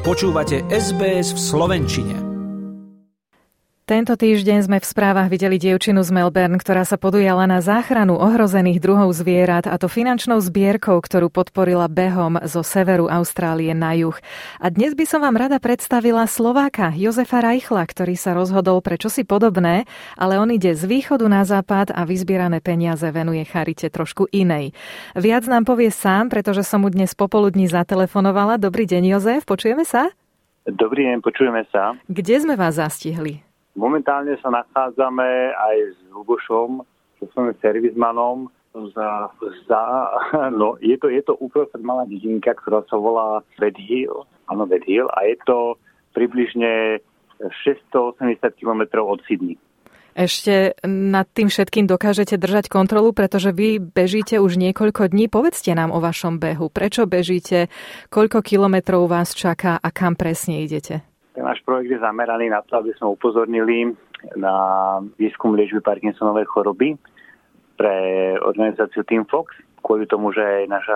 Počúvate SBS v slovenčine. Tento týždeň sme v správach videli dievčinu z Melbourne, ktorá sa podujala na záchranu ohrozených druhov zvierat, a to finančnou zbierkou, ktorú podporila behom zo severu Austrálie na juh. A dnes by som vám rada predstavila Slováka Jozefa Reichla, ktorý sa rozhodol pre čosi podobné, ale on ide z východu na západ a vyzbierané peniaze venuje charite trošku inej. Viac nám povie sám, pretože som mu dnes popoludní zatelefonovala. Dobrý deň, Jozef, počujeme sa? Dobrý deň, počujeme sa. Kde sme vás zastihli? Momentálne sa nachádzame aj s Lubošom, so svojím servismanom. Je to uprostred malá dedinka, ktorá sa volá Red Hill. Áno, Red Hill. A je to približne 680 km od Sydney. Ešte nad tým všetkým dokážete držať kontrolu, pretože vy bežíte už niekoľko dní. Povedzte nám o vašom behu. Prečo bežíte? Koľko kilometrov vás čaká a kam presne idete? Ten náš projekt je zameraný na to, aby sme upozornili na výskum liečby Parkinsonovej choroby pre organizáciu Team Fox. Kvôli tomu, že naša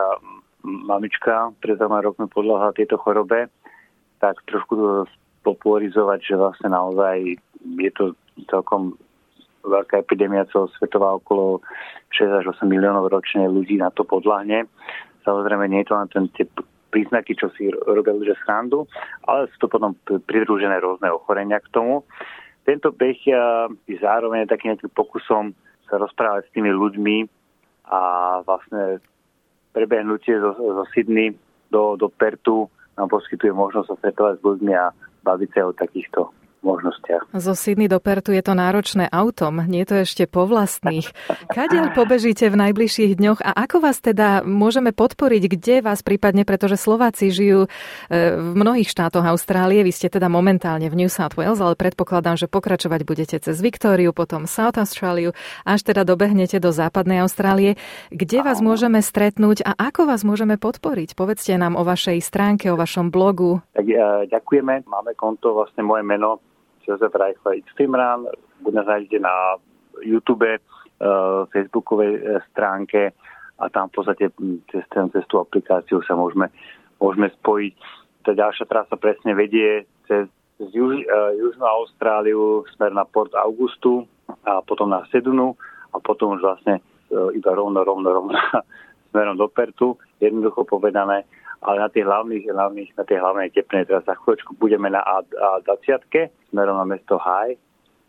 mamička pred 2 rokmi podľahla tejto chorobe, tak trošku popularizovať, že vlastne naozaj je to celkom veľká epidémia celosvetová, okolo 6 až 8 miliónov ročne ľudí na to podľahne. Samozrejme, nie je to len tie príznaky, čo si robia ľudia srandu, ale sú to potom pridružené rôzne ochorenia k tomu. Tento beh je zároveň takým nejakým pokusom sa rozprávať s tými ľuďmi a vlastne prebehnutie zo Sydney do Perthu nám poskytuje možnosť sa stretávať s ľuďmi a baviť sa o takýchto možnostiach. Zo Sydney do Perthu je to náročné autom, nie je to ešte po vlastných. Kadiaľ pobežíte v najbližších dňoch a ako vás teda môžeme podporiť, kde vás prípadne, pretože Slováci žijú v mnohých štátoch Austrálie, vy ste teda momentálne v New South Wales, ale predpokladám, že pokračovať budete cez Viktóriu, potom South Australiu, až teda dobehnete do západnej Austrálie. Kde vás môžeme stretnúť a ako vás môžeme podporiť? Povedzte nám o vašej stránke, o vašom blogu. Tak, ďakujeme. Máme konto, vlastne moje meno Jozef Reichel Extreme Run. Buď nás nájdete na YouTube, Facebookovej stránke a tam v podstate cez tú aplikáciu sa môžeme spojiť. Tá ďalšia trasa presne vedie cez Južnú Austráliu smer na Port Augustu a potom na Sedunu a potom už vlastne iba rovno smerom do Perthu, jednoducho povedané. Ale na tej hlavnej tepnej teraz za chvíľočku budeme na A20 smerom na mesto High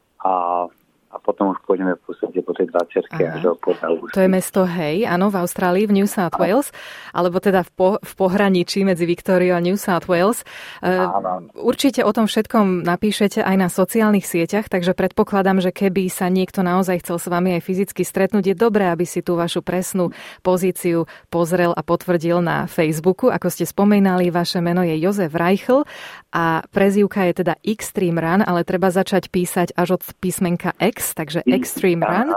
a potom už pôjdeme v podstate po tej 20 až do Port Augusta. To je mesto Hay, áno, v Austrálii, v New South Wales, alebo teda v pohraničí medzi Victoriou a New South Wales. Určite o tom všetkom napíšete aj na sociálnych sieťach, takže predpokladám, že keby sa niekto naozaj chcel s vami aj fyzicky stretnúť, je dobré, aby si tú vašu presnú pozíciu pozrel a potvrdil na Facebooku. Ako ste spomínali, vaše meno je Jozef Reichel a prezývka je teda Extreme Run, ale treba začať písať až od písmenka X, takže Extreme Run.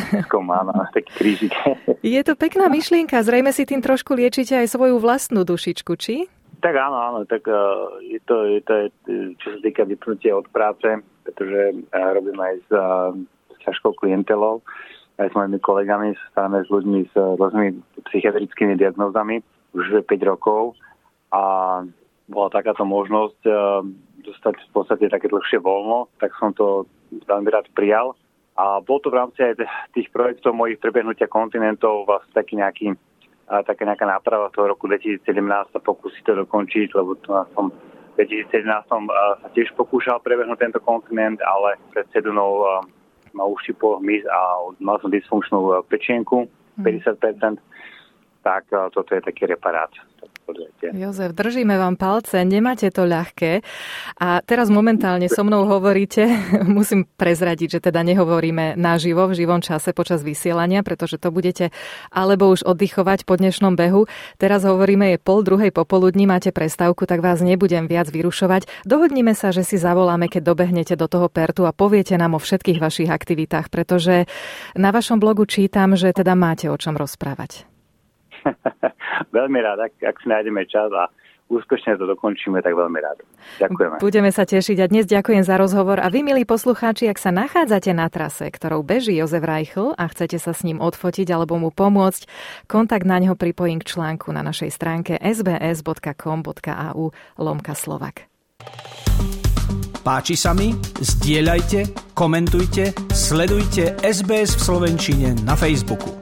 Je to pekná myšlienka, zrejme si tým trošku liečite aj svoju vlastnú dušičku, či? Tak áno, tak je to, čo sa týka vypnutia od práce, pretože robím aj s ťažkou klientelou, aj s mojimi kolegami, staráme s ľuďmi s rôznymi psychiatrickými diagnózami už 5 rokov a bola takáto možnosť dostať v podstate také dlhšie voľno, tak som to veľmi rád prijal. A bol to v rámci aj tých projektov mojich prebehnutia kontinentov vlastne taká nejaká náprava toho roku 2017 sa pokúsiť to dokončiť, lebo to som v 2017 sa tiež pokúšal prebehnúť tento kontinent, ale pred Sedunou ma uštípol hmyz a mal som dysfunkčnú pečienku 50%, tak toto je taký reparát. Jozef, držíme vám palce, nemáte to ľahké. A teraz momentálne so mnou hovoríte, musím prezradiť, že teda nehovoríme naživo v živom čase počas vysielania, pretože to budete alebo už oddychovať po dnešnom behu. Teraz hovoríme, je 1:30 popoludní, máte prestávku, tak vás nebudem viac vyrušovať. Dohodnime sa, že si zavoláme, keď dobehnete do toho Perthu a poviete nám o všetkých vašich aktivitách, pretože na vašom blogu čítam, že teda máte o čom rozprávať. Veľmi rád, ak si nájdeme čas a úspešne to dokončíme, tak veľmi rád. Ďakujeme. Budeme sa tešiť a dnes ďakujem za rozhovor. A vy, milí poslucháči, ak sa nachádzate na trase, ktorou beží Jozef Reichl a chcete sa s ním odfotiť alebo mu pomôcť, kontakt na ňo pripojím k článku na našej stránke sbs.com.au/Slovak. Páči sa mi? Zdieľajte, komentujte, sledujte SBS v slovenčine na Facebooku.